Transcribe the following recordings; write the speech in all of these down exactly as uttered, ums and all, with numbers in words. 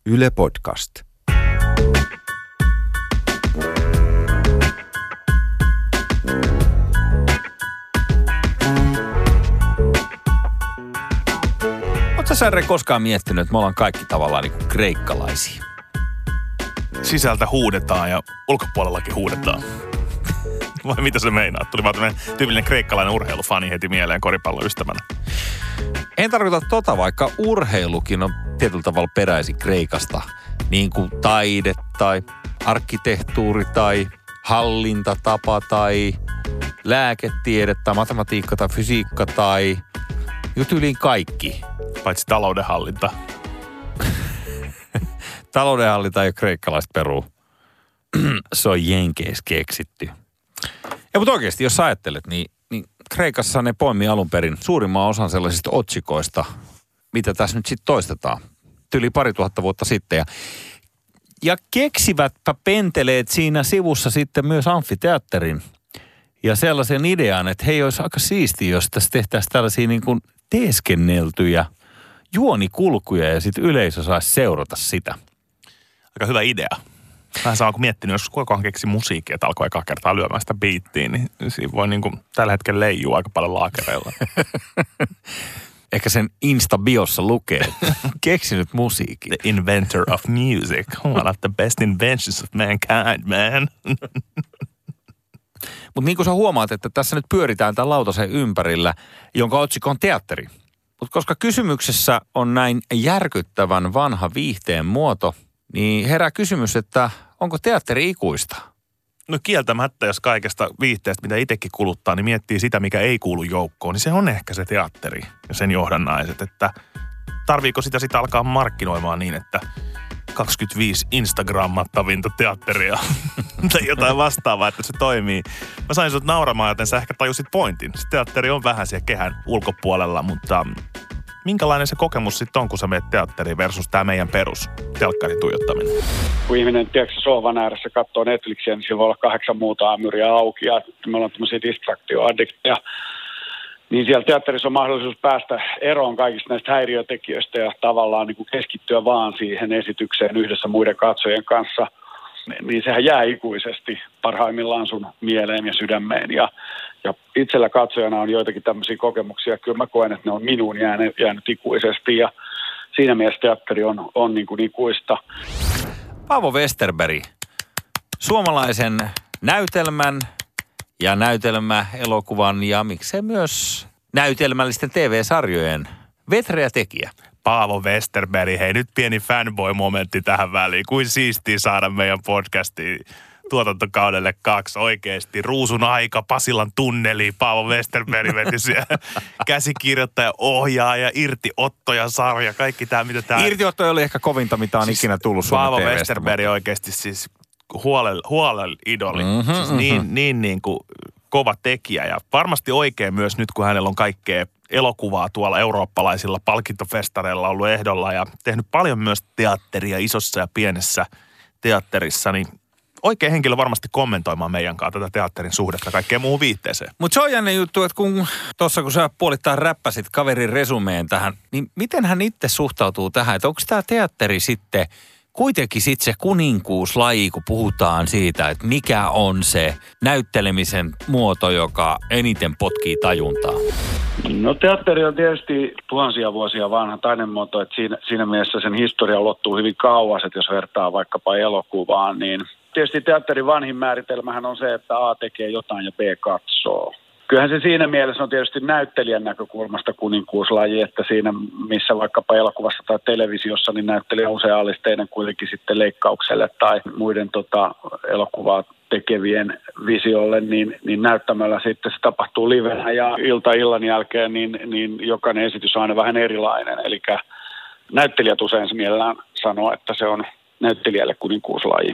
Yle Podcast. Oletko sä, Re, koskaan miettinyt, että me ollaan kaikki tavallaan niin kuin kreikkalaisia? Sisältä huudetaan ja ulkopuolellakin huudetaan. Vai mitä se meinaa? Tuli vaan tämmöinen tyypillinen kreikkalainen urheilufani heti mieleen koripalloystävänä. En tarkoita tota, vaikka urheilukin on tietyllä tavalla peräisin Kreikasta. Niin kuin taide tai arkkitehtuuri tai hallintatapa tai lääketiede tai matematiikka tai fysiikka tai tyyliin kaikki. Paitsi taloudenhallinta. Taloudenhallinta ei ole kreikkalaiset peruu. Se on Jenkeissä keksitty. Ja mutta oikeasti, jos sä ajattelet, niin, niin Kreikassa ne poimii alun perin suurimman osan sellaisista otsikoista, mitä tässä nyt sitten toistetaan. Yli pari tuhatta vuotta sitten. Ja, ja keksivätpä penteleet siinä sivussa sitten myös amfiteatterin. Ja sellaisen idean, että hei, olisi aika siistiä, jos tässä tehtäisiin tällaisia niin kuin teeskenneltyjä juonikulkuja ja sitten yleisö saisi seurata sitä. Aika hyvä idea. Vähän sama kuin miettinyt, jos kukaan keksi musiikkia, että alkoi ekaa kertaa lyömään sitä biittiin, niin siinä voi niin kuin tällä hetkellä leijua aika paljon laakereilla. Ehkä sen Insta-biossa lukee, keksinyt musiikin. The inventor of music. One of the best inventions of mankind, man. Mutta niin kuin sä huomaat, että tässä nyt pyöritään tämän lautasen ympärillä, jonka otsikko on teatteri. Mutta koska kysymyksessä on näin järkyttävän vanha viihteen muoto, niin herää kysymys, että onko teatteri ikuista? No kieltämättä, jos kaikesta viihteestä, mitä itsekin kuluttaa, niin miettii sitä, mikä ei kuulu joukkoon, niin se on ehkä se teatteri ja sen johdannaiset, että tarviiko sitä sitten alkaa markkinoimaan niin, että kaksikymmentäviisi Instagrammattavinta teatteria tai jotain vastaavaa, että se toimii. Mä sain sut nauramaan, joten sä ehkä tajusit pointin. Se teatteri on vähän siellä kehän ulkopuolella, mutta minkälainen se kokemus sitten on, kun sä menet teatteriin versus tämä meidän perus telkkarin tuijottaminen? Kun ihminen, tiedätkö, sohvan ääressä katsoo Netflixiä, niin sillä voi olla kahdeksan muuta äämyriä auki ja me ollaan tämmöisiä distraktioaddikteja. Niin siellä teatterissa on mahdollisuus päästä eroon kaikista näistä häiriötekijöistä ja tavallaan niin kuin keskittyä vaan siihen esitykseen yhdessä muiden katsojien kanssa. Niin sehän jää ikuisesti parhaimmillaan sun mieleen ja sydämeen. Ja, ja itsellä katsojana on joitakin tämmöisiä kokemuksia. Kyllä mä koen, että ne on minuun jäänyt, jäänyt ikuisesti ja siinä mielessä teatteri on, on niin kuin ikuista. Paavo Westerberg, suomalaisen näytelmän ja näytelmäelokuvan ja miksei myös näytelmällisten T V-sarjojen vetreä tekijä. Paavo Westerberg, hei nyt pieni fanboy-momentti tähän väliin. Kuin siistiä saada meidän podcastiin tuotantokaudelle kaksi oikeasti. Ruusun aika, Pasilan tunneli, Paavo Westerberg veti siellä käsikirjoittaja, ohjaaja, irtiottoja, sarja, kaikki tämä, mitä tämä... Irtiottoja oli ehkä kovinta, mitä on siis ikinä tullut Suomen Paavo T V:stä. Paavo Westerberg mutta... oikeasti siis huolel, huolel idoli, mm-hmm, siis mm-hmm. niin, niin, niin kuin kova tekijä ja varmasti oikein myös nyt, kun hänellä on kaikkea elokuvaa tuolla eurooppalaisilla palkintofestareilla ollut ehdolla ja tehnyt paljon myös teatteria isossa ja pienessä teatterissa, niin oikein henkilö varmasti kommentoimaan meidän kanssa tätä teatterin suhdetta kaikkeen muuhun viitteeseen. Mutta se on jännä juttu, että kun tuossa kun sä puolittain räppäsit kaverin resumeen tähän, niin miten hän itse suhtautuu tähän, että onko tämä teatteri sitten kuitenkin sitten se kuninkuuslaji, kun puhutaan siitä, että mikä on se näyttelemisen muoto, joka eniten potkii tajuntaa? No teatteri on tietysti tuhansia vuosia vanha taidemuoto, että siinä, siinä mielessä sen historia ulottuu hyvin kauas, että jos vertaa vaikkapa elokuvaan, niin tietysti teatterin vanhin määritelmähän on se, että A tekee jotain ja B katsoo. Kyllähän se siinä mielessä on tietysti näyttelijän näkökulmasta kuninkuuslaji, että siinä missä vaikkapa elokuvassa tai televisiossa, niin näyttelijä usein alisteinen kuitenkin sitten leikkaukselle tai muiden tota, elokuvaa tekevien visiolle, niin, niin näyttämällä sitten se tapahtuu livenä ja ilta illan jälkeen, niin, niin jokainen esitys on aina vähän erilainen. Eli näyttelijät usein mielellään sanoo, että se on näyttelijälle kuninkuuslaji.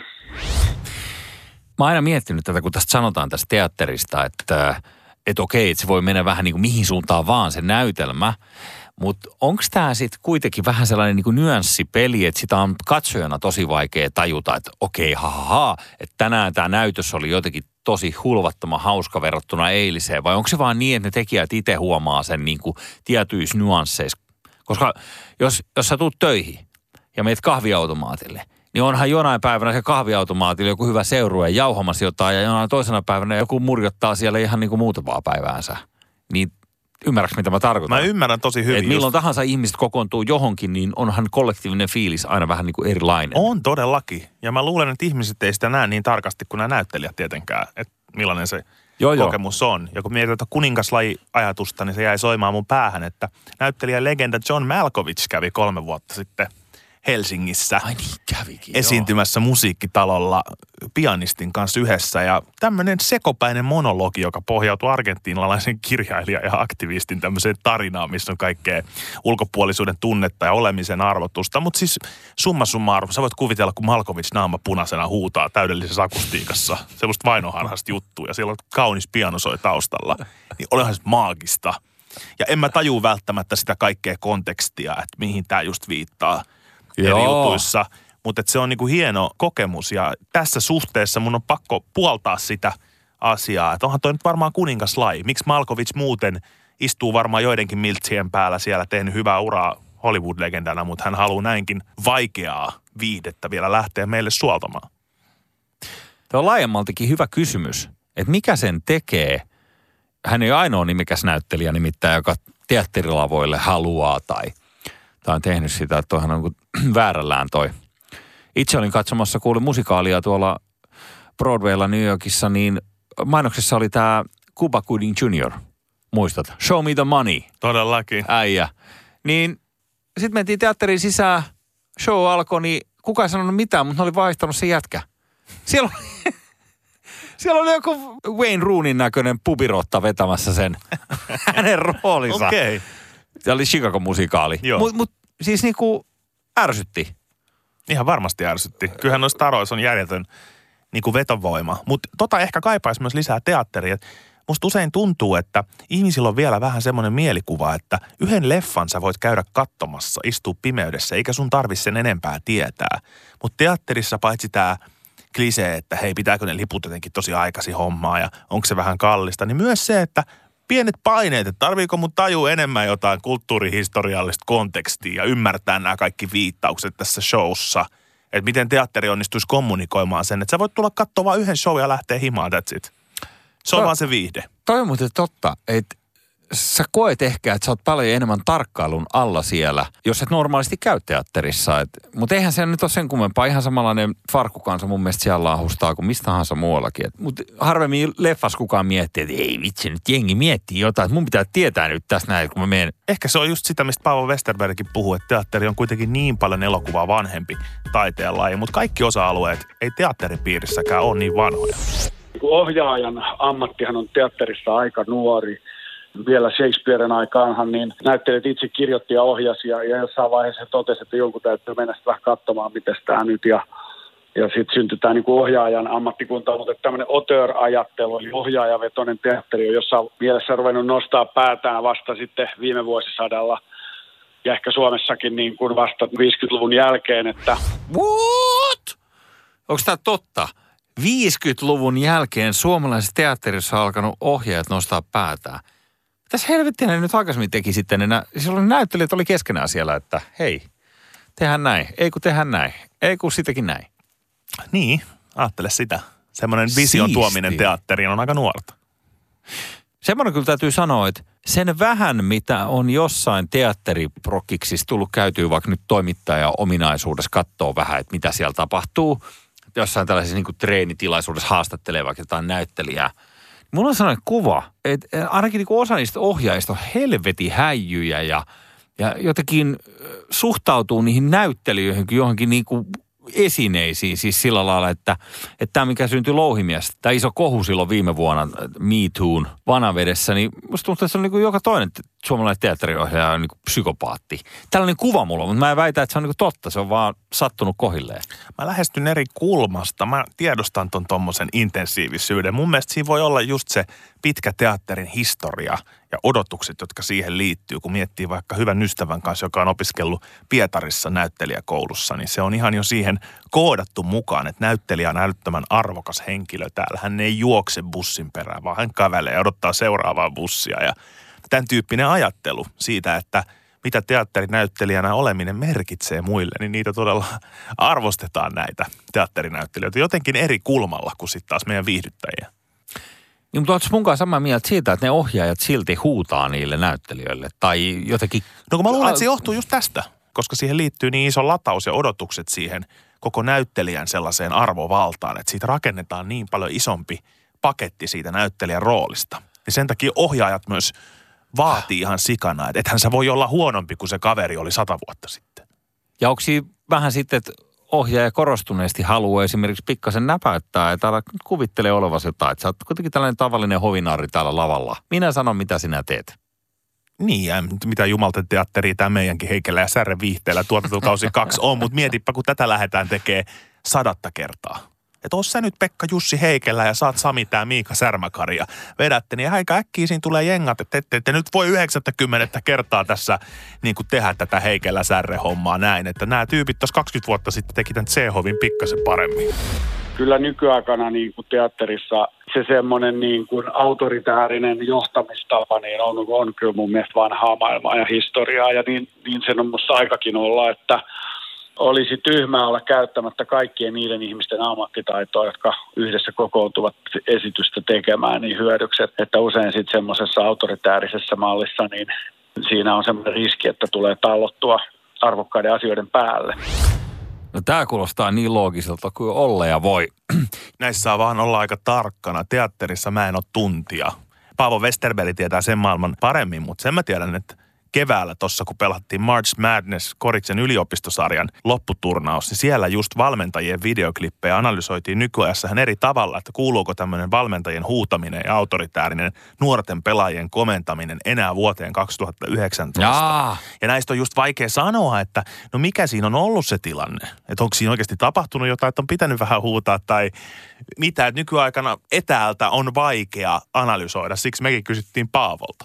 Mä oon aina miettinyt tätä, kun tästä sanotaan tästä teatterista, että että okei, että se voi mennä vähän niin kuin mihin suuntaan vaan se näytelmä, mutta onko tämä sitten kuitenkin vähän sellainen niin kuin nyanssipeli, että sitä on katsojana tosi vaikea tajuta, että okei, ha, ha, ha, että tänään tämä näytös oli jotenkin tosi hulvattoman hauska verrattuna eiliseen, vai onko se vaan niin, että ne tekijät itse huomaa sen niin kuin tietyissä nyansseissa? Koska jos, jos sä tuut töihin ja meet kahviautomaatille, niin onhan jonain päivänä se kahviautomaatilla joku hyvä seurue jauhamassa jotain ja jonain toisena päivänä joku murjottaa siellä ihan niin kuin muutamaa päiväänsä. Niin ymmärrätkö, mitä mä tarkoitan? Mä ymmärrän tosi hyvin. Et milloin just tahansa ihmiset kokoontuu johonkin, niin onhan kollektiivinen fiilis aina vähän niin kuin erilainen. On todellakin. Ja mä luulen, että ihmiset ei sitä näe niin tarkasti kuin nämä näyttelijät tietenkään, että millainen se joo, kokemus joo. on. Ja kun mietin tätä kuninkaslaji-ajatusta, niin se jäi soimaan mun päähän, että näyttelijä legenda John Malkovich kävi kolme vuotta sitten Helsingissä Ai niin, kävikin, esiintymässä joo. musiikkitalolla pianistin kanssa yhdessä. Ja tämmöinen sekopäinen monologi, joka pohjautuu argentiinalaisen kirjailijan ja aktivistin tämmöiseen tarinaan, missä on kaikkea ulkopuolisuuden tunnetta ja olemisen arvotusta. Mutta siis summa summarum, sä voit kuvitella, kun Malkovich naama punaisena huutaa täydellisessä akustiikassa. Semmoista vainoharhasta juttua ja siellä on kaunis piano soi taustalla. Niin olihan se maagista. Ja en mä tajuu välttämättä sitä kaikkea kontekstia, että mihin tää just viittaa. Joo. Eri jutuissa, mutta se on niinku hieno kokemus ja tässä suhteessa mun on pakko puoltaa sitä asiaa, että onhan toi nyt varmaan kuningaslaji. Miksi Malkovich muuten istuu varmaan joidenkin miltsien päällä siellä, tehnyt hyvää uraa Hollywood-legendana, mutta hän haluaa näinkin vaikeaa viihdettä vielä lähteä meille suoltamaan. Tämä on laajemmaltakin hyvä kysymys, että mikä sen tekee. Hän ei ole ainoa nimikäs näyttelijä nimittäin, joka teatterilavoille haluaa tai tai on tehnyt sitä, että toihan on väärällään toi. Itse olin katsomassa, kuulin musikaalia tuolla Broadwaylla New Yorkissa, niin mainoksessa oli tämä Cuba Gooding junior Muistat? Show me the money. Todellakin. Äijä. Niin sitten mentiin teatteriin sisään, show alkoi, niin kukaan ei sanonut mitään, mutta ne oli vaihtanut se jätkä. Siellä oli, siellä oli joku Wayne Rooneyn näköinen pubirotta vetämässä sen hänen roolinsa. Okei. Okay. Se oli Chicago-musikaali. Mutta mut, siis niinku ärsytti. Ihan varmasti ärsytti. Kyllähän noissa taroissa on järjetön niinku vetovoima. Mutta tota ehkä kaipaisi myös lisää teatteria. Musta usein tuntuu, että ihmisillä on vielä vähän semmoinen mielikuva, että yhden leffan sä voit käydä katsomassa, istua pimeydessä, eikä sun tarvitse sen enempää tietää. Mutta teatterissa paitsi tämä klisee, että hei, pitääkö ne liput jotenkin tosi aikaisin hommaa ja onko se vähän kallista, niin myös se, että pienet paineet, että tarviiko mun tajua enemmän jotain kulttuurihistoriallista kontekstia ja ymmärtää nämä kaikki viittaukset tässä showssa. Että miten teatteri onnistuisi kommunikoimaan sen, että sä voit tulla katsoa vaan yhden show ja lähteä himaan, that's it. Se on to, vaan se viihde. Toi on muuten totta, että sä koet ehkä, että sä oot paljon enemmän tarkkailun alla siellä, jos et normaalisti käy teatterissa. Mutta eihän se nyt ole sen kummempaa. Ihan samanlainen farkkukansa mun mielestä siellä laahustaa kuin mistä tahansa muuallakin. Mutta harvemmin leffas kukaan miettii, että ei vitsi, nyt jengi miettii jotain. Että mun pitää tietää nyt tässä näin, kun mä menen. Ehkä se on just sitä, mistä Paavo Westerbergkin puhuu, että teatteri on kuitenkin niin paljon elokuvaa vanhempi taiteenlaji. Mutta kaikki osa-alueet ei teatterin piirissäkään ole niin vanhoja. Ohjaajan ammattihan on teatterissa aika nuori. Vielä Shakespearen aikaanhan niin näyttelijät itse kirjoitti ja ohjasi ja, ja jossain vaiheessa totesi, että jonkun täytyy mennä sitten vähän katsomaan, miten tämä nyt ja, ja sitten syntyi tämä niin kuin ohjaajan ammattikunta, mutta tämmöinen auteur-ajattelu eli ohjaajavetoinen teatteri on jossain mielessä ruvennut nostaa päätään vasta sitten viime vuosisadalla ja ehkä Suomessakin niin kuin vasta viisikymmentäluvun jälkeen, että what? Onko tämä totta? viisikymmentäluvun jälkeen suomalaisessa teatterissa on alkanut ohjaajat nostaa päätään. Tässä helvettiä ne nyt aikaisemmin teki sitten. Ne, silloin näyttelijät oli keskenään siellä, että hei, tehdään näin. Ei kun tehdään näin. Ei kun sitäkin näin. Niin, ajattele sitä. Semmoinen vision Siisti. Tuominen teatteriin on aika nuorta. Semmoinen kyllä täytyy sanoa, että sen vähän, mitä on jossain teatteriprokkiksissa tullut käytyä vaikka nyt toimittaja ominaisuudessa katsoo vähän, että mitä siellä tapahtuu. Jossain tällaisessa niin kuin treenitilaisuudessa haastattelee vaikka jotain näyttelijää. Mulla on sellainen kuva, että ainakin niin kuin osa niistä ohjaajista on helvetin häijyjä ja, ja jotenkin suhtautuu niihin näyttelijöihin johonkin niin kuin esineisiin. Siis sillä lailla, että, että tämä mikä syntyi Louhimiessä, tämä iso kohu silloin viime vuonna Me Toon Vanavedessä, niin musta tuntuu, että se on niin kuin joka toinen suomalainen teatteriohjaaja on niin kuin psykopaatti. Tällainen kuva mulla on, mutta mä en väitä, että se on niin kuin totta, se on vaan sattunut kohilleen. Mä lähestyn eri kulmasta. Mä tiedostan ton tommosen intensiivisyyden. Mun mielestä siinä voi olla just se pitkä teatterin historia ja odotukset, jotka siihen liittyy. Kun miettii vaikka hyvän ystävän kanssa, joka on opiskellut Pietarissa näyttelijäkoulussa, niin se on ihan jo siihen koodattu mukaan, että näyttelijä on älyttömän arvokas henkilö täällä. Hän ei juokse bussin perään, vaan hän kävelee ja odottaa seuraavaa bussia. Ja tämän tyyppinen ajattelu siitä, että mitä teatterinäyttelijänä oleminen merkitsee muille, niin niitä todella arvostetaan näitä teatterinäyttelijöitä jotenkin eri kulmalla kuin sitten taas meidän viihdyttäjiä. Niin, mutta oletko mun kanssa samaa mieltä siitä, että ne ohjaajat silti huutaa niille näyttelijöille tai jotenkin... No kun mä luulen, että se johtuu just tästä, koska siihen liittyy niin iso lataus ja odotukset siihen koko näyttelijän sellaiseen arvovaltaan, että siitä rakennetaan niin paljon isompi paketti siitä näyttelijän roolista. Ja sen takia ohjaajat myös vaatii ihan sikana, että ethän sä voi olla huonompi kuin se kaveri oli sata vuotta sitten. Ja onko siinä vähän sitten, että ohjaaja korostuneesti haluaa esimerkiksi pikkasen näpäyttää, että älä nyt kuvittele olevasi jotain, että sä oot kuitenkin tällainen tavallinen hovinaari täällä lavalla. Minä sanon, mitä sinä teet. Niin, ja mitä jumalten teatteria tämä meidänkin Heikelä ja Särren viihteellä tuotantokausi kaksi on, mutta mietipä, kun tätä lähdetään tekemään sadatta kertaa. Että oot sä nyt Pekka Jussi Heikelä ja saat Sami tää Miika Särmäkari ja vedätte, niin aika äkkiä siinä tulee jengat, että ette, ette nyt voi yhdeksänkymmentä kertaa tässä niin kuin tehdä tätä Heikelä Särre-hommaa näin, että nämä tyypit tuossa kaksikymmentä vuotta sitten teki tämän Tsehovin pikkasen paremmin. Kyllä nykyaikana niin kuin teatterissa se semmoinen niin kuin autoritäärinen johtamistapa niin on, on kyllä mun mielestä vanhaa maailmaa ja historiaa ja niin, niin sen on musta aikakin olla, että olisi tyhmää olla käyttämättä kaikkien niiden ihmisten ammattitaitoa, jotka yhdessä kokoontuvat esitystä tekemään niin hyödyksi, että usein sitten semmoisessa autoritäärisessä mallissa niin siinä on semmoinen riski, että tulee tallottua arvokkaiden asioiden päälle. No tämä kuulostaa niin loogiselta kuin olla ja voi. Näissä saa vaan olla aika tarkkana. Teatterissa mä en ole tuntia. Paavo Westerberg tietää sen maailman paremmin, mutta sen mä tiedän, että keväällä tuossa, kun pelattiin March Madness Koriksen yliopistosarjan lopputurnaus, niin siellä just valmentajien videoklippejä analysoitiin nykyajassahan eri tavalla, että kuuluuko tämmöinen valmentajien huutaminen ja autoritäärinen nuorten pelaajien komentaminen enää vuoteen kaksituhattayhdeksäntoista. Jaa. Ja näistä on just vaikea sanoa, että no mikä siinä on ollut se tilanne, että onko siinä oikeasti tapahtunut jotain, että on pitänyt vähän huutaa tai mitä, että nykyaikana etäältä on vaikea analysoida, siksi mekin kysyttiin Paavolta.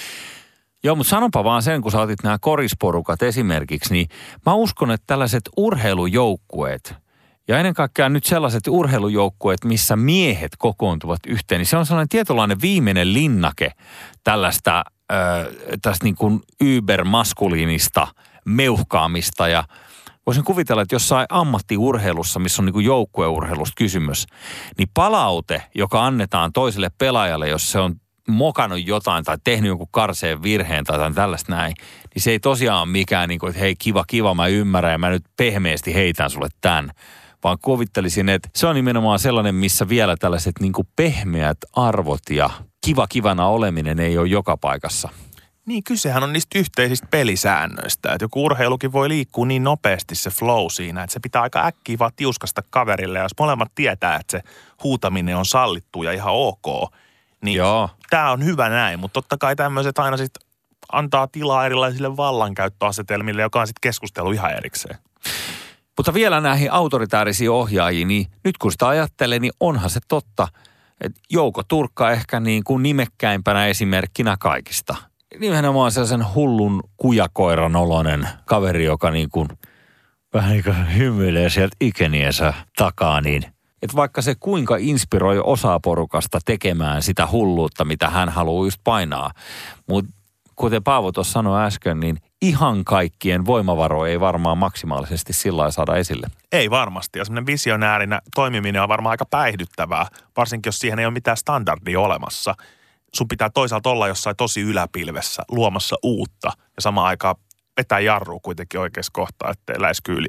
Joo, mutta sanonpa vaan sen, kun sä otit nämä korisporukat esimerkiksi, niin mä uskon, että tällaiset urheilujoukkueet ja ennen kaikkea nyt sellaiset urheilujoukkueet, missä miehet kokoontuvat yhteen, niin se on sellainen tietynlainen viimeinen linnake tällaista, äh, tästä niin kuin ybermaskuliinista meuhkaamista ja voisin kuvitella, että jossain ammattiurheilussa, missä on niin kuin joukkueurheilusta kysymys, niin palaute, joka annetaan toiselle pelaajalle, jos se on mokannut jotain tai tehnyt jonkun karseen virheen tai jotain tällaista näin, niin se ei tosiaan ole mikään niin kuin, että hei kiva, kiva, mä ymmärrän ja mä nyt pehmeästi heitän sulle tämän. Vaan kuvittelisin, että se on nimenomaan sellainen, missä vielä tällaiset niin kuin pehmeät arvot ja kiva kivana oleminen ei ole joka paikassa. Niin, kysehän on niistä yhteisistä pelisäännöistä, että joku urheilukin voi liikkua niin nopeasti se flow siinä, että se pitää aika äkkiä vaan tiuskasta kaverille, ja jos molemmat tietää, että se huutaminen on sallittu ja ihan ok, niin tämä on hyvä näin, mutta totta kai tämmöiset aina sitten antaa tilaa erilaisille vallankäyttöasetelmille, joka on sitten keskustelu ihan erikseen. Mutta vielä näihin autoritäärisiin ohjaajiin, niin nyt kun sitä ajattelee, niin onhan se totta, että Jouko Turkka ehkä niin kuin nimekkäimpänä esimerkkinä kaikista. Nimenomaan sellaisen hullun kujakoiran oloinen kaveri, joka niin kuin vähän niin kuin hymyilee sieltä ikeniensä takaa, niin että vaikka se kuinka inspiroi osaa porukasta tekemään sitä hulluutta, mitä hän haluaa just painaa. Mutta kuten Paavo tuossa sanoi äsken, niin ihan kaikkien voimavaroja ei varmaan maksimaalisesti sillä lailla saada esille. Ei varmasti. Ja semmoinen visionäärinä toimiminen on varmaan aika päihdyttävää, varsinkin jos siihen ei ole mitään standardia olemassa. Sun pitää toisaalta olla jossain tosi yläpilvessä luomassa uutta ja samaan aikaan vetää jarrua kuitenkin oikeassa kohtaa, ettei läisky yli.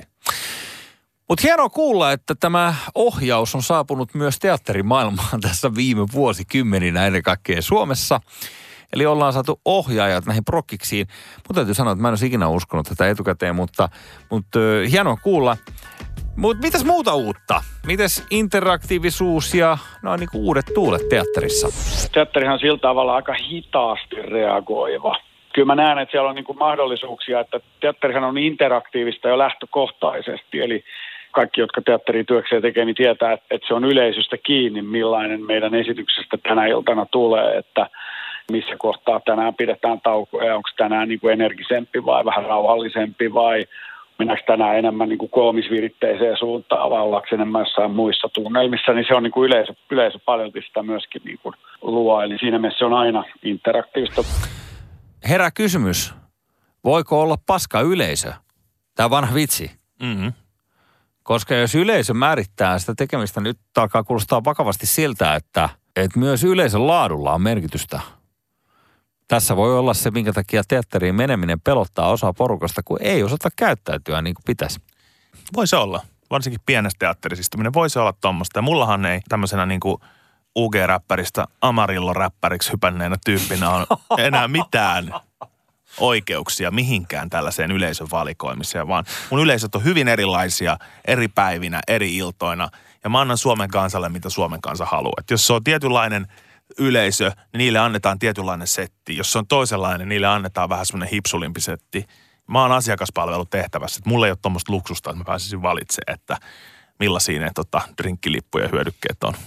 Mutta hienoa kuulla, että tämä ohjaus on saapunut myös teatterimaailmaan tässä viime vuosikymmeninä ennen kaikkea Suomessa. Eli ollaan saatu ohjaajat näihin prokkiksiin. Mutta täytyy sanoa, että mä en olisi ikinä uskonut tätä etukäteen, mutta, mutta hienoa kuulla. Mutta mitäs muuta uutta? Mitäs interaktiivisuus ja no, niin kuin uudet tuulet teatterissa? Teatterihan on sillä tavalla aika hitaasti reagoiva. Kyllä mä näen, että siellä on niin kuin mahdollisuuksia, että teatterihan on interaktiivista jo lähtökohtaisesti. Eli kaikki, jotka teatterityökseen tekee, niin tietää, että se on yleisöstä kiinni, millainen meidän esityksestä tänä iltana tulee, että missä kohtaa tänään pidetään taukoja, onko tänään niin kuin energisempi vai vähän rauhallisempi vai mennäänkö tänään enemmän niin kuin koomisviritteiseen suuntaan vai ollaanko enemmän jossain muissa tunnelmissa, niin se on niin kuin yleisö, yleisö paljolti sitä myöskin niin kuin luo, eli siinä mielessä se on aina interaktiivista. Herää kysymys, voiko olla paska yleisö? Tämä vanha vitsi. Mm-hmm. Koska jos yleisö määrittää sitä tekemistä, nyt alkaa kuulostaa vakavasti siltä, että, että myös yleisön laadulla on merkitystä. Tässä voi olla se, minkä takia teatteriin meneminen pelottaa osaa porukasta, kun ei osata käyttäytyä niin kuin pitäisi. Voi se olla. Varsinkin pienessä teatterisistuminen voi se olla tommoista. Ja mullahan ei tämmöisenä niin kuin U G-räppäristä Amarillo-räppäriksi hypänneenä tyyppinä on enää mitään oikeuksia mihinkään tällaiseen yleisön valikoimiseen, vaan mun yleisöt on hyvin erilaisia eri päivinä, eri iltoina. Ja mä annan Suomen kansalle, mitä Suomen kansa haluaa. Et jos se on tietynlainen yleisö, niin niille annetaan tietynlainen setti. Jos se on toisenlainen, niille annetaan vähän semmoinen hipsulimpi setti. Mä oon asiakaspalvelutehtävässä, että mulla ei ole tuommoista luksusta, että mä pääsisin valitsemaan, että millaisia ne tota, drinkkilippuja ja hyödykkeet on.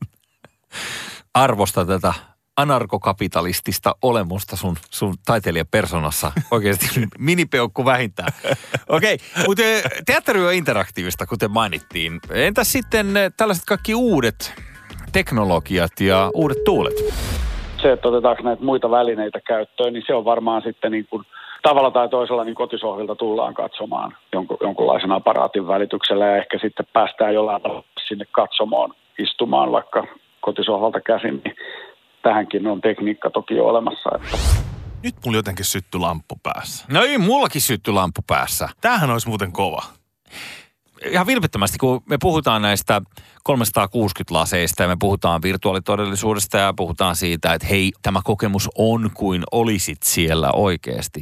Arvosta tätä anarkokapitalistista olemusta sun, sun taiteilijapersonassa. Oikeasti minipeukku vähintään. Okei, okay, mutta teatteri on interaktiivista, kuten mainittiin. Entäs sitten tällaiset kaikki uudet teknologiat ja uudet tuulet? Se, että otetaanko näitä muita välineitä käyttöön, niin se on varmaan sitten niin kuin tavalla tai toisella niin kotisohvilta tullaan katsomaan jonkun, jonkunlaisen aparaatin välityksellä ja ehkä sitten päästään jollain tavalla sinne katsomoon istumaan vaikka kotisohvalta käsin, niin tähänkin on tekniikka toki olemassa. Että. Nyt mulla jotenkin sytty lamppu päässä. No ei, mullakin sytty lamppu päässä. Tämähän olisi muuten kova. Ihan vilpittömästi, kun me puhutaan näistä kolmesataakuusikymmentä laseista ja me puhutaan virtuaalitodellisuudesta ja puhutaan siitä, että hei, tämä kokemus on kuin olisit siellä oikeasti.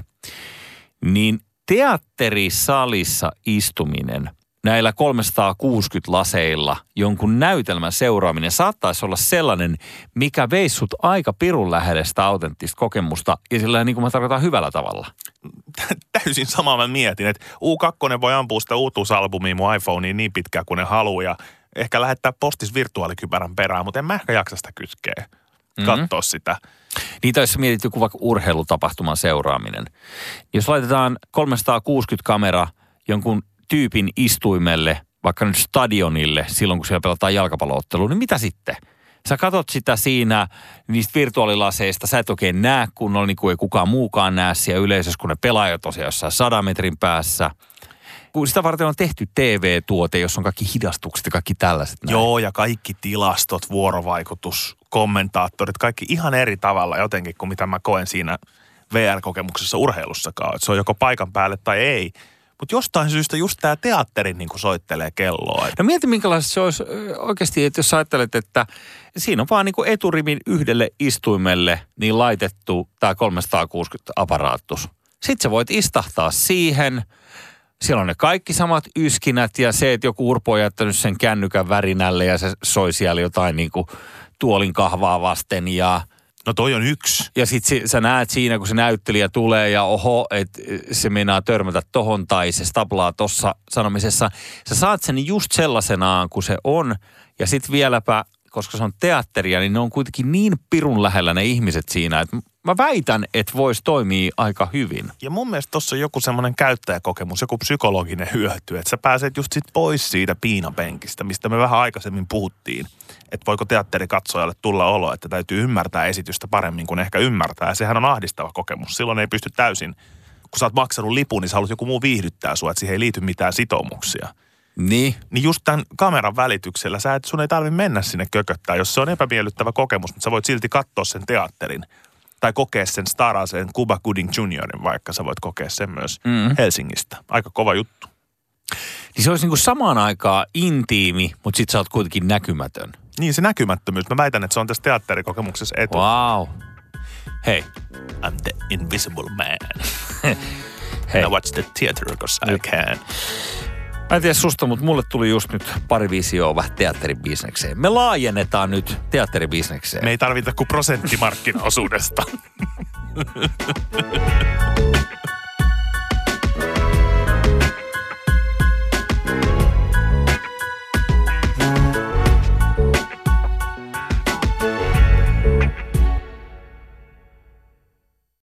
Niin teatterisalissa istuminen näillä kolmesataakuusikymmentä laseilla jonkun näytelmän seuraaminen saattaisi olla sellainen, mikä veisi sut aika pirun lähedestä autenttista kokemusta ja sillä niin kuin mä tarkoitan hyvällä tavalla. Täysin samaa mä mietin, että U kaksi voi ampua sitä uutuusalbumia mun iPhoneen niin pitkään kuin ne haluaa ja ehkä lähettää postis virtuaalikypärän perään, mutta en mä ehkä jaksa sitä kyskeä, katsoa mm-hmm. sitä. Niitä jos mietit joku vaikka urheilutapahtuman seuraaminen. Jos laitetaan kolmesataakuusikymmentä kamera jonkun tyypin istuimelle, vaikka nyt stadionille, silloin kun siellä pelataan jalkapallo-ottelua, niin mitä sitten? Sä katot sitä siinä niistä virtuaalilaseista, sä et oikein näe kunnolla, niin kuin ei kukaan muukaan näe siellä yleisössä, kun ne pelaajat tosiaan jossain sadan metrin päässä. Kun sitä varten on tehty T V-tuote, jossa on kaikki hidastukset ja kaikki tällaiset. Näin. Joo, ja kaikki tilastot, vuorovaikutus, kommentaattorit, kaikki ihan eri tavalla jotenkin kuin mitä mä koen siinä V R-kokemuksessa urheilussakaan. Että se on joko paikan päälle tai ei. Mutta jostain syystä just tämä teatteri niin kuin soittelee kelloa. No mieti minkälaista se olisi oikeasti, että jos ajattelet, että siinä on vaan niin kuin eturivin yhdelle istuimelle niin laitettu tämä kolmesataakuusikymmentä aparaattus. Sitten sä voit istahtaa siihen. Siellä on ne kaikki samat yskinät ja se, että joku urpo on jättänyt sen kännykän värinälle ja se soi siellä jotain niin kuin tuolin kahvaa vasten ja... No toi on yksi. Ja sit sä näet siinä, kun se näyttelijä tulee ja oho, että se meinaa törmätä tohon tai se staplaa tossa sanomisessa. Sä saat sen just sellaisenaan, kun se on. Ja sit vieläpä, koska se on teatteria, niin ne on kuitenkin niin pirun lähellä ne ihmiset siinä, että mä väitän, että voisi toimia aika hyvin. Ja mun mielestä tossa on joku semmoinen käyttäjäkokemus, joku psykologinen hyöty, että sä pääset just sit pois siitä piinapenkistä, mistä me vähän aikaisemmin puhuttiin. Että voiko teatterikatsojalle tulla olo, että täytyy ymmärtää esitystä paremmin kuin ehkä ymmärtää. Ja sehän on ahdistava kokemus. Silloin ei pysty täysin, kun sä oot maksanut lipun, niin sä haluat joku muu viihdyttää sua, että siihen ei liity mitään sitoumuksia. Niin. Niin just tämän kameran välityksellä sä et, sun ei tarvitse mennä sinne kököttää, jos se on epämiellyttävä kokemus, mutta sä voit silti katsoa sen teatterin. Tai kokea sen Starasen Cuba Gooding juniorin, vaikka sä voit kokea sen myös mm. Helsingistä. Aika kova juttu. Niin se olisi niin kuin samaan aikaan intiimi, mutta sit sä oot kuitenkin näkymätön. Niin, se näkymättömyys. Mä väitän, että se on tässä teatterikokemuksessa etu. Wow. Hei. I'm the invisible man. Hei. I watch the theater because I can. Mä en tiedä susta, mutta mulle tuli just nyt pari visioa teatteribisnekseen. Me laajennetaan nyt teatteribisnekseen. Me ei tarvita kuin prosenttimarkkinaosuudesta.